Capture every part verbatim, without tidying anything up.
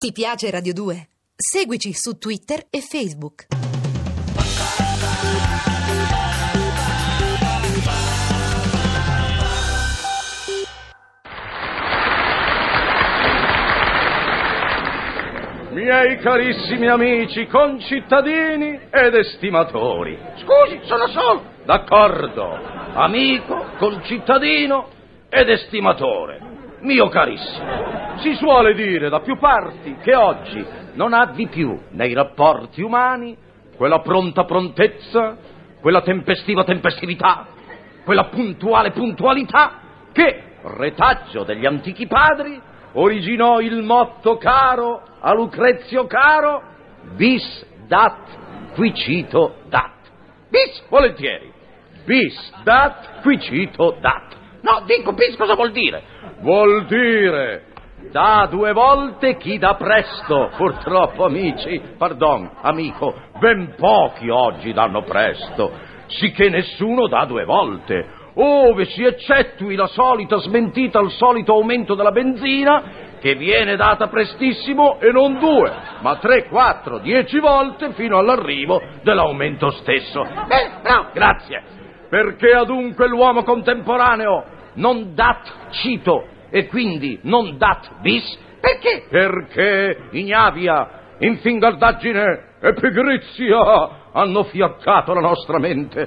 Ti piace Radio due? Seguici su Twitter e Facebook. Miei carissimi amici, concittadini ed estimatori. Scusi, sono solo. D'accordo, amico, concittadino ed estimatore. Mio carissimo, si suole dire da più parti che oggi non ha di più nei rapporti umani quella pronta prontezza, quella tempestiva tempestività, quella puntuale puntualità che, retaggio degli antichi padri, originò il motto caro a Lucrezio Caro: bis dat qui cito dat. Bis? Volentieri. Bis dat qui cito dat. No, dico bis cosa vuol dire? Vuol dire dà due volte chi dà presto. Purtroppo, amici, pardon, amico, ben pochi oggi danno presto, sicché nessuno dà due volte, ove si eccettui la solita smentita al solito aumento della benzina, che viene data prestissimo e non due, ma tre, quattro, dieci volte fino all'arrivo dell'aumento stesso. Beh, bravo. Grazie. Perché adunque l'uomo contemporaneo non dat cito e quindi non dat bis? Perché? Perché ignavia, infingardaggine e pigrizia hanno fiaccato la nostra mente.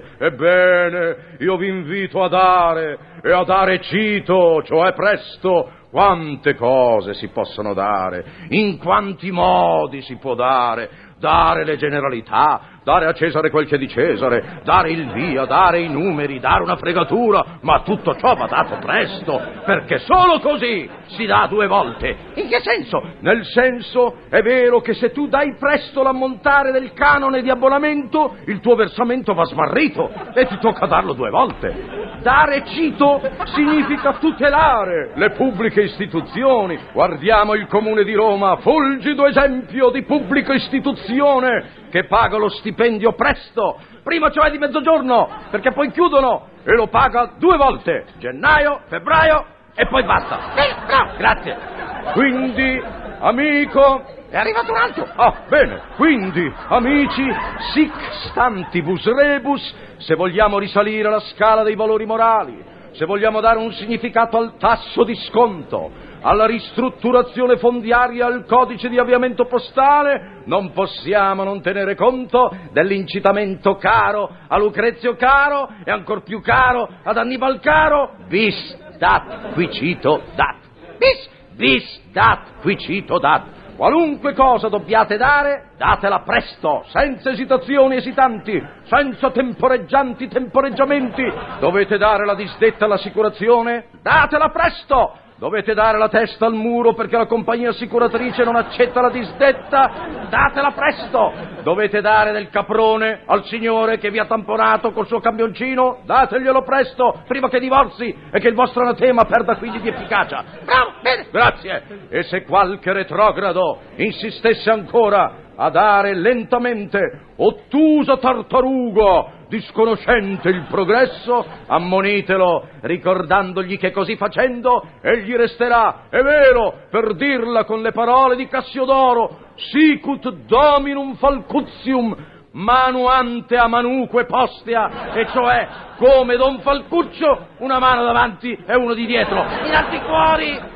Ebbene, io vi invito a dare, e a dare cito, cioè presto. Quante cose si possono dare, in quanti modi si può dare, dare le generalità, dare a Cesare quel che è di Cesare, dare il via, dare i numeri, dare una fregatura, ma tutto ciò va dato presto, perché solo così si dà due volte. In che senso? Nel senso, è vero che se tu dai presto l'ammontare del canone di abbonamento, il tuo versamento va smarrito e ti tocca darlo due volte. Dare cito significa tutelare le pubbliche istituzioni. Guardiamo il Comune di Roma, fulgido esempio di pubblica istituzione che paga lo stipendio presto, prima cioè di mezzogiorno, perché poi chiudono, e lo paga due volte, gennaio, febbraio e poi basta. Beh, bravo. Grazie. Quindi, amico... È arrivato un altro. Ah, bene. Quindi, amici, sic stantibus rebus, se vogliamo risalire alla scala dei valori morali, se vogliamo dare un significato al tasso di sconto, alla ristrutturazione fondiaria, al codice di avviamento postale, non possiamo non tenere conto dell'incitamento caro a Lucrezio Caro e ancor più caro ad Annibal Caro: bis dat qui cito dat. Bis? Bis dat qui cito dat. Qualunque cosa dobbiate dare, datela presto, senza esitazioni esitanti, senza temporeggianti temporeggiamenti. Dovete dare la disdetta all'assicurazione? Datela presto! Dovete dare la testa al muro perché la compagnia assicuratrice non accetta la disdetta? Datela presto! Dovete dare del caprone al signore che vi ha tamponato col suo camioncino? Dateglielo presto, prima che divorzi e che il vostro anatema perda quindi di efficacia. Bravo, bene. Grazie. E se qualche retrogrado insistesse ancora a dare lentamente, ottusa tartaruga, disconoscente il progresso, ammonitelo, ricordandogli che così facendo egli resterà, è vero, per dirla con le parole di Cassiodoro, sicut dominum falcutium manuante a manuque postea, e cioè come Don Falcuccio, una mano davanti e uno di dietro. In alti cuori!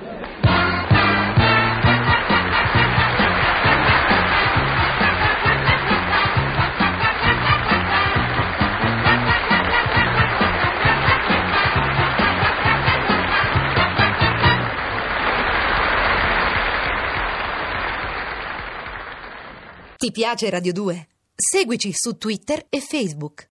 Ti piace Radio due? Seguici su Twitter e Facebook.